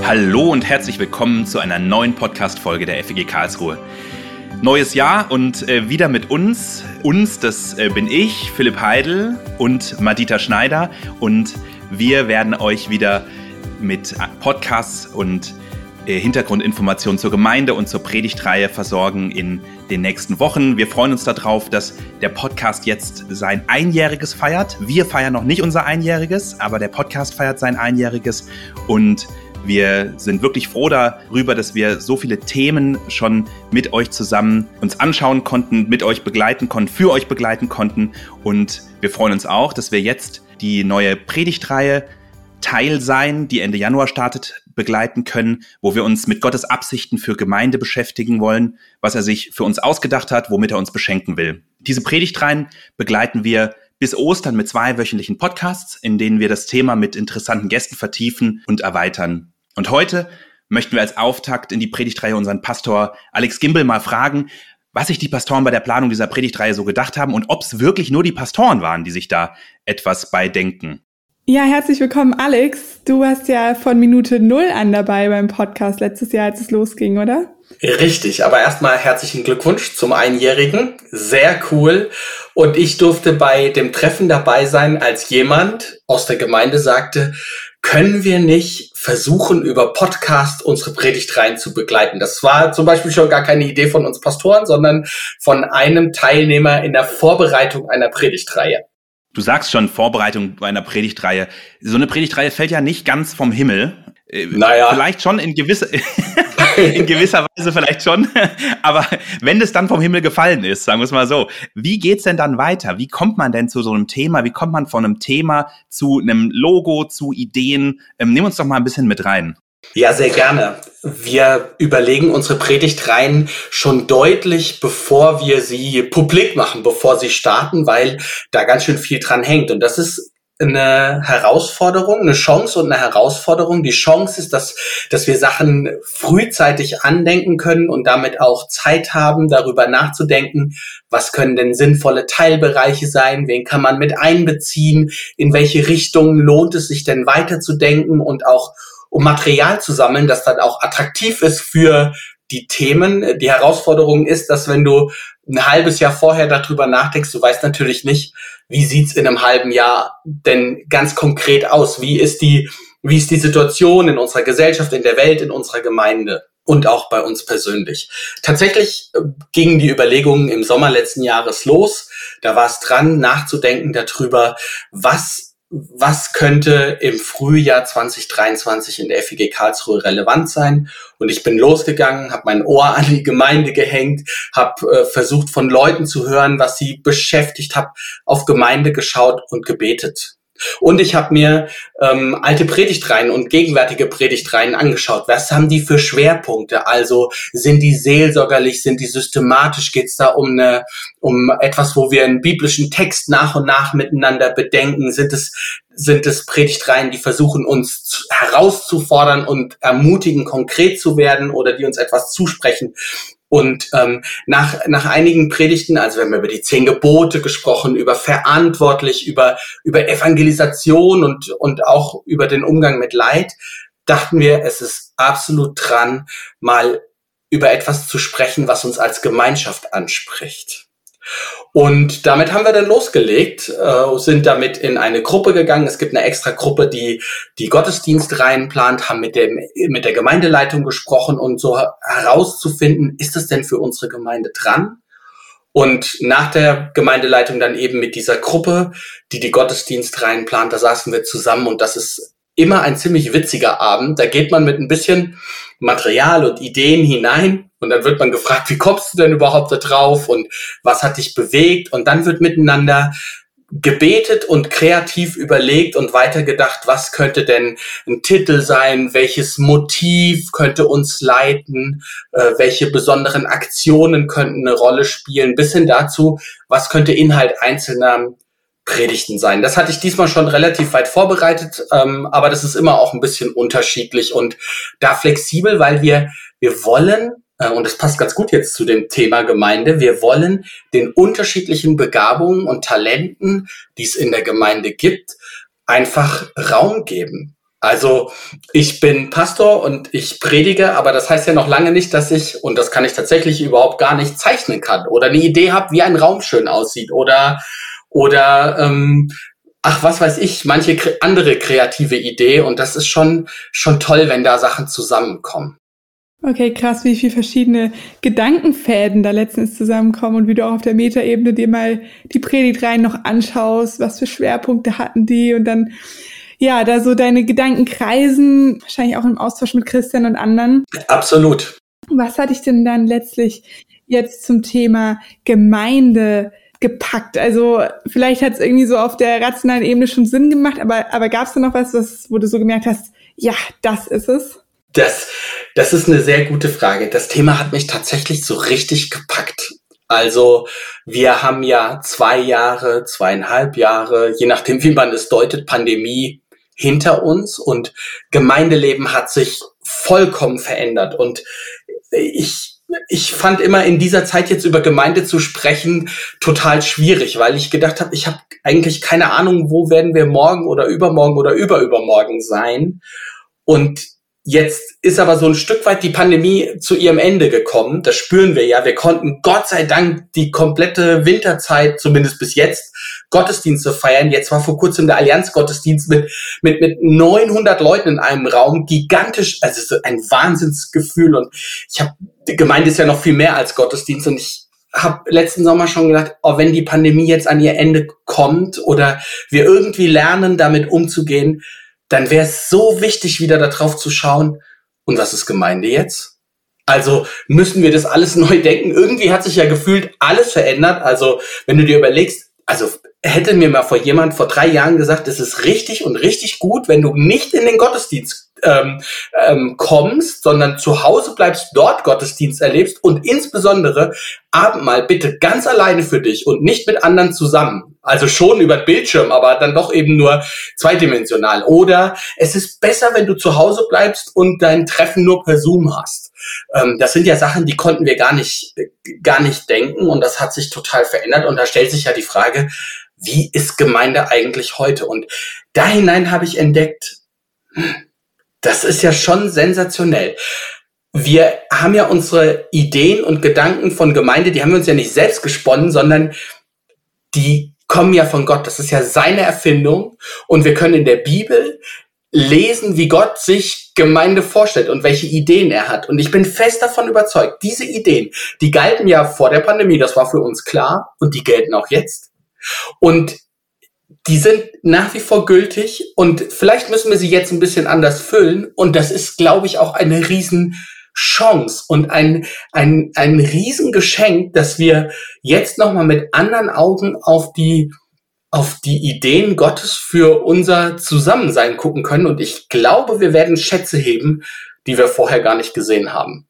Hallo und herzlich willkommen zu einer neuen Podcast-Folge der FEG Karlsruhe. Neues Jahr und wieder mit uns. Das bin ich, Philipp Heidel und Madita Schneider. Und wir werden euch wieder mit Podcasts und Hintergrundinformationen zur Gemeinde und zur Predigtreihe versorgen in den nächsten Wochen. Wir freuen uns darauf, dass der Podcast jetzt sein Einjähriges feiert. Wir feiern noch nicht unser Einjähriges, aber der Podcast feiert sein Einjähriges. Und wir sind wirklich froh darüber, dass wir so viele Themen schon mit euch zusammen uns anschauen konnten, mit euch begleiten konnten, für euch begleiten konnten. Und wir freuen uns auch, dass wir jetzt die neue Predigtreihe Teil sein, die Ende Januar startet, begleiten können, wo wir uns mit Gottes Absichten für Gemeinde beschäftigen wollen, was er sich für uns ausgedacht hat, womit er uns beschenken will. Diese Predigtreihen begleiten wir bis Ostern mit 2 wöchentlichen Podcasts, in denen wir das Thema mit interessanten Gästen vertiefen und erweitern. Und heute möchten wir als Auftakt in die Predigtreihe unseren Pastor Alex Gimbel mal fragen, was sich die Pastoren bei der Planung dieser Predigtreihe so gedacht haben und ob es wirklich nur die Pastoren waren, die sich da etwas bei denken. Ja, herzlich willkommen, Alex. Du warst ja von Minute 0 an dabei beim Podcast letztes Jahr, als es losging, oder? Richtig, aber erstmal herzlichen Glückwunsch zum Einjährigen. Sehr cool. Und ich durfte bei dem Treffen dabei sein, als jemand aus der Gemeinde sagte, können wir nicht versuchen, über Podcast unsere Predigtreihen zu begleiten? Das war zum Beispiel schon gar keine Idee von uns Pastoren, sondern von einem Teilnehmer in der Vorbereitung einer Predigtreihe. Du sagst schon, Vorbereitung einer Predigtreihe. So eine Predigtreihe fällt ja nicht ganz vom Himmel. Naja. Vielleicht schon in gewisser Weise vielleicht schon. Aber wenn es dann vom Himmel gefallen ist, sagen wir es mal so. Wie geht's denn dann weiter? Wie kommt man denn zu so einem Thema? Wie kommt man von einem Thema zu einem Logo, zu Ideen? Nimm uns doch mal ein bisschen mit rein. Ja, sehr gerne. Wir überlegen unsere Predigtreihen schon deutlich, bevor wir sie publik machen, bevor sie starten, weil da ganz schön viel dran hängt. Und das ist eine Herausforderung, eine Chance und eine Herausforderung. Die Chance ist, dass wir Sachen frühzeitig andenken können und damit auch Zeit haben, darüber nachzudenken, was können denn sinnvolle Teilbereiche sein, wen kann man mit einbeziehen, in welche Richtung lohnt es sich denn weiterzudenken und auch um Material zu sammeln, das dann auch attraktiv ist für die Themen. Die Herausforderung ist, dass wenn du ein halbes Jahr vorher darüber nachdenkst, du weißt natürlich nicht, wie sieht's in einem halben Jahr denn ganz konkret aus? Wie ist die Situation in unserer Gesellschaft, in der Welt, in unserer Gemeinde und auch bei uns persönlich? Tatsächlich gingen die Überlegungen im Sommer letzten Jahres los. Da war es dran, nachzudenken darüber, was könnte im Frühjahr 2023 in der FEG Karlsruhe relevant sein? Und ich bin losgegangen, habe mein Ohr an die Gemeinde gehängt, habe versucht von Leuten zu hören, was sie beschäftigt, habe auf Gemeinde geschaut und gebetet. Und ich habe mir alte Predigtreihen und gegenwärtige Predigtreihen angeschaut. Was haben die für Schwerpunkte? Also sind die seelsorgerlich, sind die systematisch? Geht es da um etwas, wo wir einen biblischen Text nach und nach miteinander bedenken? Sind es Predigtreihen, die versuchen, uns herauszufordern und ermutigen, konkret zu werden oder die uns etwas zusprechen? Und nach einigen Predigten, also wir haben über die 10 Gebote gesprochen, über verantwortlich, über Evangelisation und auch über den Umgang mit Leid, dachten wir, es ist absolut dran, mal über etwas zu sprechen, was uns als Gemeinschaft anspricht. Und damit haben wir dann losgelegt, sind damit in eine Gruppe gegangen. Es gibt eine extra Gruppe, die Gottesdienstreihen plant, haben mit der Gemeindeleitung gesprochen und so herauszufinden, ist es denn für unsere Gemeinde dran? Und nach der Gemeindeleitung dann eben mit dieser Gruppe, die Gottesdienstreihen plant, da saßen wir zusammen und das ist immer ein ziemlich witziger Abend. Da geht man mit ein bisschen Material und Ideen hinein und dann wird man gefragt, wie kommst du denn überhaupt da drauf und was hat dich bewegt? Und dann wird miteinander gebetet und kreativ überlegt und weitergedacht, was könnte denn ein Titel sein, welches Motiv könnte uns leiten, welche besonderen Aktionen könnten eine Rolle spielen, bis hin dazu, was könnte Inhalt einzelner Predigten sein. Das hatte ich diesmal schon relativ weit vorbereitet, aber das ist immer auch ein bisschen unterschiedlich und da flexibel, weil wir wollen, und das passt ganz gut jetzt zu dem Thema Gemeinde, wir wollen den unterschiedlichen Begabungen und Talenten, die es in der Gemeinde gibt, einfach Raum geben. Also ich bin Pastor und ich predige, aber das heißt ja noch lange nicht, dass ich, und das kann ich tatsächlich überhaupt gar nicht, zeichnen kann oder eine Idee habe, wie ein Raum schön aussieht oder was weiß ich, manche andere kreative Idee, und das ist schon toll, wenn da Sachen zusammenkommen. Okay, krass, wie viele verschiedene Gedankenfäden da letztens zusammenkommen und wie du auch auf der Metaebene dir mal die Predigtreihen noch anschaust, was für Schwerpunkte hatten die und dann ja, da so deine Gedanken kreisen, wahrscheinlich auch im Austausch mit Christian und anderen. Absolut. Was hat dich denn dann letztlich jetzt zum Thema Gemeinde gepackt? Also vielleicht hat es irgendwie so auf der rationalen Ebene schon Sinn gemacht, aber gab es da noch was, wo du so gemerkt hast, ja, das ist es? Das ist eine sehr gute Frage. Das Thema hat mich tatsächlich so richtig gepackt. Also wir haben ja 2 Jahre, 2,5 Jahre, je nachdem wie man es deutet, Pandemie hinter uns und Gemeindeleben hat sich vollkommen verändert. Und ich fand immer in dieser Zeit jetzt über Gemeinde zu sprechen total schwierig, weil ich gedacht habe, ich habe eigentlich keine Ahnung, wo werden wir morgen oder übermorgen sein. Und jetzt ist aber so ein Stück weit die Pandemie zu ihrem Ende gekommen. Das spüren wir ja. Wir konnten Gott sei Dank die komplette Winterzeit, zumindest bis jetzt, Gottesdienste feiern. Jetzt war vor kurzem der Allianz-Gottesdienst mit 900 Leuten in einem Raum. Gigantisch, also so ein Wahnsinnsgefühl. Und die Gemeinde ist ja noch viel mehr als Gottesdienst. Und ich habe letzten Sommer schon gedacht, wenn die Pandemie jetzt an ihr Ende kommt oder wir irgendwie lernen, damit umzugehen, dann wäre es so wichtig, wieder darauf zu schauen, und was ist Gemeinde jetzt? Also müssen wir das alles neu denken? Irgendwie hat sich ja gefühlt alles verändert. Also wenn du dir überlegst, also hätte mir mal jemand vor 3 Jahren gesagt, es ist richtig und richtig gut, wenn du nicht in den Gottesdienst kommst, sondern zu Hause bleibst, dort Gottesdienst erlebst und insbesondere Abendmahl bitte ganz alleine für dich und nicht mit anderen zusammen. Also schon über den Bildschirm, aber dann doch eben nur zweidimensional. Oder es ist besser, wenn du zu Hause bleibst und dein Treffen nur per Zoom hast. Das sind ja Sachen, die konnten wir gar nicht denken, und das hat sich total verändert. Und da stellt sich ja die Frage, wie ist Gemeinde eigentlich heute? Und da hinein habe ich entdeckt, das ist ja schon sensationell. Wir haben ja unsere Ideen und Gedanken von Gemeinde, die haben wir uns ja nicht selbst gesponnen, sondern die kommen ja von Gott. Das ist ja seine Erfindung. Und wir können in der Bibel lesen, wie Gott sich Gemeinde vorstellt und welche Ideen er hat. Und ich bin fest davon überzeugt, diese Ideen, die galten ja vor der Pandemie, das war für uns klar, und die gelten auch jetzt. Und die sind nach wie vor gültig, und vielleicht müssen wir sie jetzt ein bisschen anders füllen. Und das ist, glaube ich, auch eine Riesenchance und ein Riesengeschenk, dass wir jetzt nochmal mit anderen Augen auf die Ideen Gottes für unser Zusammensein gucken können. Und ich glaube, wir werden Schätze heben, die wir vorher gar nicht gesehen haben.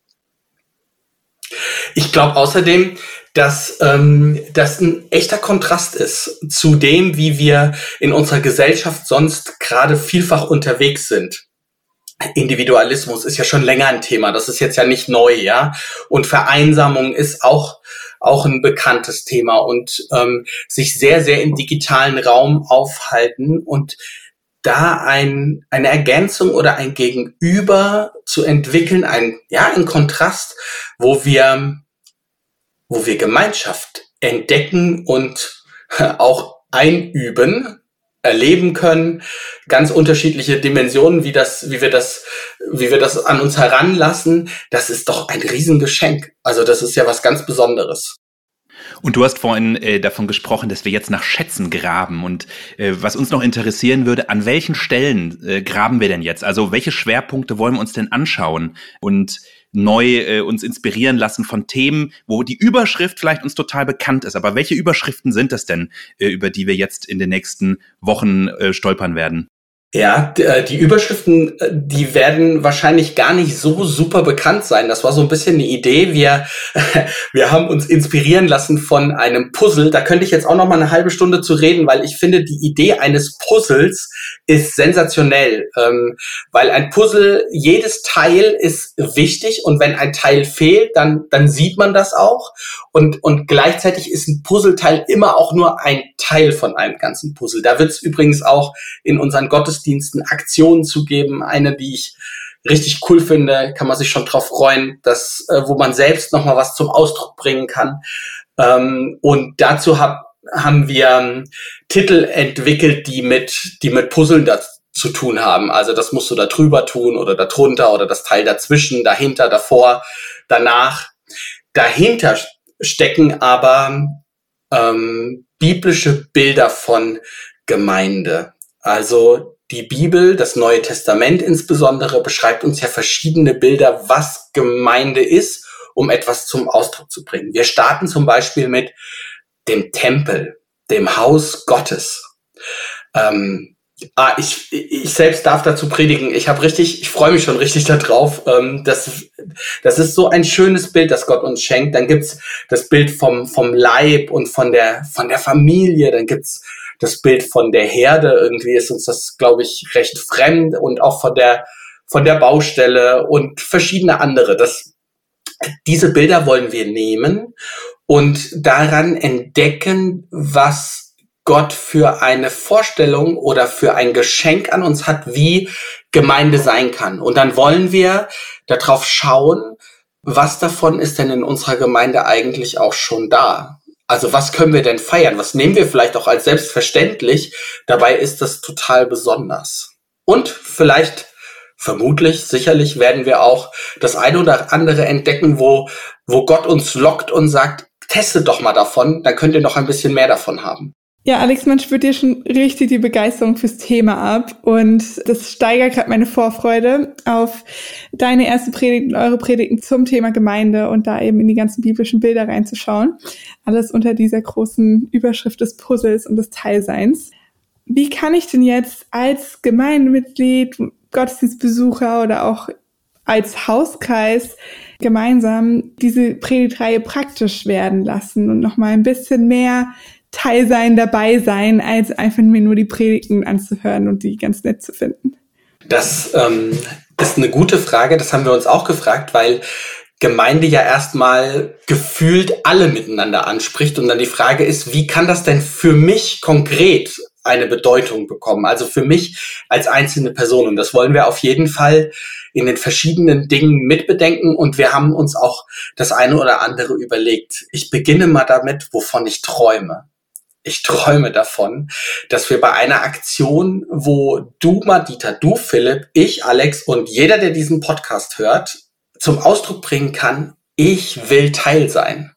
Ich glaube außerdem, dass das ein echter Kontrast ist zu dem, wie wir in unserer Gesellschaft sonst gerade vielfach unterwegs sind. Individualismus ist ja schon länger ein Thema, das ist jetzt ja nicht neu, ja. Und Vereinsamung ist auch ein bekanntes Thema, und sich sehr, sehr im digitalen Raum aufhalten und da eine Ergänzung oder ein Gegenüber zu entwickeln, ein Kontrast, wo wir Gemeinschaft entdecken und auch einüben, erleben können, ganz unterschiedliche Dimensionen, wie wir das an uns heranlassen. Das ist doch ein Riesengeschenk. Also das ist ja was ganz Besonderes. Und du hast vorhin davon gesprochen, dass wir jetzt nach Schätzen graben. Und was uns noch interessieren würde, an welchen Stellen graben wir denn jetzt? Also welche Schwerpunkte wollen wir uns denn anschauen und neu uns inspirieren lassen von Themen, wo die Überschrift vielleicht uns total bekannt ist. Aber welche Überschriften sind das denn, über die wir jetzt in den nächsten Wochen stolpern werden? Ja, die Überschriften, die werden wahrscheinlich gar nicht so super bekannt sein. Das war so ein bisschen eine Idee. Wir haben uns inspirieren lassen von einem Puzzle. Da könnte ich jetzt auch noch mal eine halbe Stunde zu reden, weil ich finde, die Idee eines Puzzles ist sensationell. Weil ein Puzzle, jedes Teil ist wichtig, und wenn ein Teil fehlt, dann sieht man das auch. Und gleichzeitig ist ein Puzzleteil immer auch nur ein Teil von einem ganzen Puzzle. Da wird es übrigens auch in unseren Gottesdiensten Gottesdiensten Aktionen zu geben. Eine, die ich richtig cool finde, kann man sich schon drauf freuen, dass, wo man selbst nochmal was zum Ausdruck bringen kann. Und dazu haben wir Titel entwickelt, die mit Puzzeln zu tun haben. Also das musst du da drüber tun oder da drunter oder das Teil dazwischen, dahinter, davor, danach. Dahinter stecken aber biblische Bilder von Gemeinde. Also die Bibel, das Neue Testament insbesondere, beschreibt uns ja verschiedene Bilder, was Gemeinde ist, um etwas zum Ausdruck zu bringen. Wir starten zum Beispiel mit dem Tempel, dem Haus Gottes. Ich selbst darf dazu predigen. Ich freue mich schon richtig darauf. Das ist so ein schönes Bild, das Gott uns schenkt. Dann gibt's das Bild vom Leib und von der Familie. Dann gibt's das Bild von der Herde. Irgendwie ist uns das, glaube ich, recht fremd, und auch von der Baustelle und verschiedene andere. Diese Bilder wollen wir nehmen und daran entdecken, was Gott für eine Vorstellung oder für ein Geschenk an uns hat, wie Gemeinde sein kann. Und dann wollen wir darauf schauen, was davon ist denn in unserer Gemeinde eigentlich auch schon da? Also was können wir denn feiern? Was nehmen wir vielleicht auch als selbstverständlich? Dabei ist das total besonders. Und vermutlich, sicherlich werden wir auch das eine oder andere entdecken, wo Gott uns lockt und sagt, testet doch mal davon, dann könnt ihr noch ein bisschen mehr davon haben. Ja, Alex, man spürt dir schon richtig die Begeisterung fürs Thema ab, und das steigert gerade meine Vorfreude auf deine erste Predigt und eure Predigten zum Thema Gemeinde und da eben in die ganzen biblischen Bilder reinzuschauen. Alles unter dieser großen Überschrift des Puzzles und des Teilseins. Wie kann ich denn jetzt als Gemeindemitglied, Gottesdienstbesucher oder auch als Hauskreis gemeinsam diese Predigtreihe praktisch werden lassen und nochmal ein bisschen mehr Teil sein, dabei sein, als einfach mir nur die Predigten anzuhören und die ganz nett zu finden? Das ist eine gute Frage, das haben wir uns auch gefragt, weil Gemeinde ja erstmal gefühlt alle miteinander anspricht, und dann die Frage ist, wie kann das denn für mich konkret eine Bedeutung bekommen, also für mich als einzelne Person? Und das wollen wir auf jeden Fall in den verschiedenen Dingen mitbedenken, und wir haben uns auch das eine oder andere überlegt. Ich beginne mal damit, wovon ich träume. Ich träume davon, dass wir bei einer Aktion, wo du, Madita, du, Philipp, ich, Alex und jeder, der diesen Podcast hört, zum Ausdruck bringen kann, ich will Teil sein.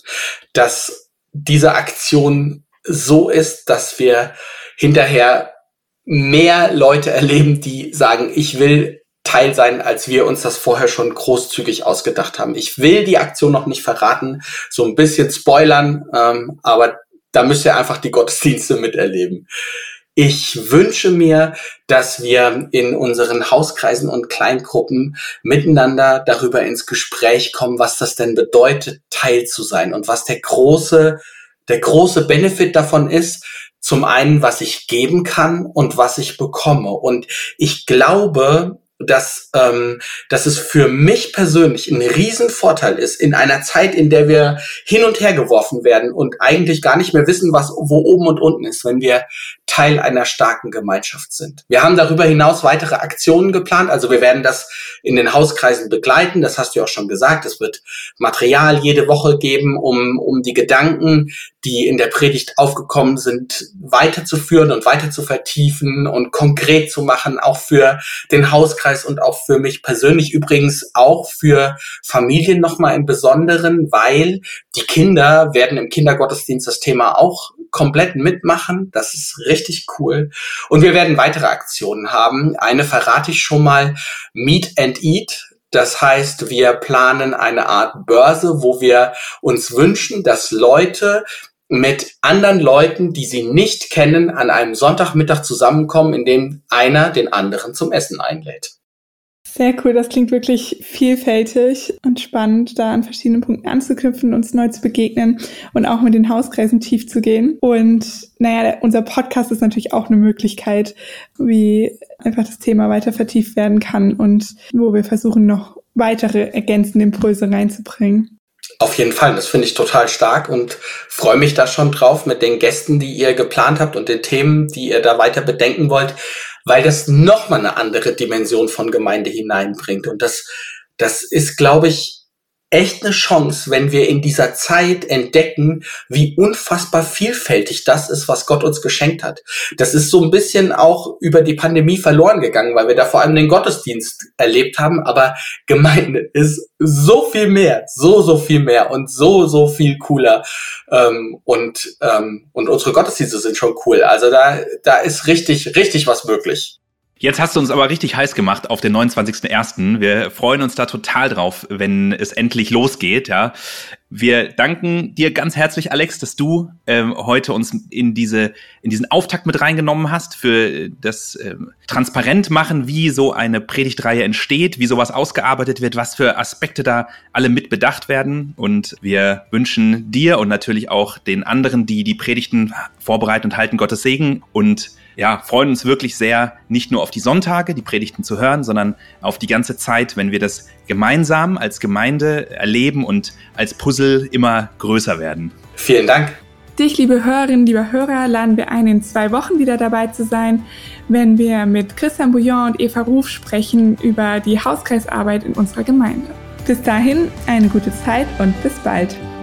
Dass diese Aktion so ist, dass wir hinterher mehr Leute erleben, die sagen, ich will Teil sein, als wir uns das vorher schon großzügig ausgedacht haben. Ich will die Aktion noch nicht verraten, so ein bisschen spoilern, aber da müsst ihr einfach die Gottesdienste miterleben. Ich wünsche mir, dass wir in unseren Hauskreisen und Kleingruppen miteinander darüber ins Gespräch kommen, was das denn bedeutet, Teil zu sein, und was der große Benefit davon ist. Zum einen, was ich geben kann und was ich bekomme. Und ich glaube, dass es für mich persönlich ein Riesenvorteil ist, in einer Zeit, in der wir hin und her geworfen werden und eigentlich gar nicht mehr wissen, wo oben und unten ist, wenn wir Teil einer starken Gemeinschaft sind. Wir haben darüber hinaus weitere Aktionen geplant, also wir werden das in den Hauskreisen begleiten, das hast du ja auch schon gesagt. Es wird Material jede Woche geben, um die Gedanken, die in der Predigt aufgekommen sind, weiterzuführen und weiter zu vertiefen und konkret zu machen, auch für den Hauskreis und auch für mich persönlich, übrigens auch für Familien nochmal im Besonderen, weil die Kinder werden im Kindergottesdienst das Thema auch komplett mitmachen. Das ist richtig cool. Und wir werden weitere Aktionen haben. Eine verrate ich schon mal, Meet and Eat. Das heißt, wir planen eine Art Börse, wo wir uns wünschen, dass Leute mit anderen Leuten, die sie nicht kennen, an einem Sonntagmittag zusammenkommen, indem einer den anderen zum Essen einlädt. Sehr cool, das klingt wirklich vielfältig und spannend, da an verschiedenen Punkten anzuknüpfen, uns neu zu begegnen und auch mit den Hauskreisen tief zu gehen. Und unser Podcast ist natürlich auch eine Möglichkeit, wie einfach das Thema weiter vertieft werden kann und wo wir versuchen, noch weitere ergänzende Impulse reinzubringen. Auf jeden Fall, das finde ich total stark und freue mich da schon drauf mit den Gästen, die ihr geplant habt und den Themen, die ihr da weiter bedenken wollt. weil das nochmal eine andere Dimension von Gemeinde hineinbringt. Und das ist, glaube ich, echt eine Chance, wenn wir in dieser Zeit entdecken, wie unfassbar vielfältig das ist, was Gott uns geschenkt hat. Das ist so ein bisschen auch über die Pandemie verloren gegangen, weil wir da vor allem den Gottesdienst erlebt haben, aber Gemeinde ist so viel mehr, so viel mehr und so viel cooler. Und unsere Gottesdienste sind schon cool. Also da ist richtig was möglich. Jetzt hast du uns aber richtig heiß gemacht auf den 29.01. Wir freuen uns da total drauf, wenn es endlich losgeht. Ja, wir danken dir ganz herzlich, Alex, dass du heute uns in diesen Auftakt mit reingenommen hast, für das Transparentmachen, wie so eine Predigtreihe entsteht, wie sowas ausgearbeitet wird, was für Aspekte da alle mit bedacht werden. Und wir wünschen dir und natürlich auch den anderen, die die Predigten vorbereiten und halten, Gottes Segen und ja, freuen uns wirklich sehr, nicht nur auf die Sonntage, die Predigten zu hören, sondern auf die ganze Zeit, wenn wir das gemeinsam als Gemeinde erleben und als Puzzle immer größer werden. Vielen Dank. Dich, liebe Hörerinnen, lieber Hörer, laden wir ein, in 2 Wochen wieder dabei zu sein, wenn wir mit Christian Bouillon und Eva Ruf sprechen über die Hauskreisarbeit in unserer Gemeinde. Bis dahin, eine gute Zeit und bis bald.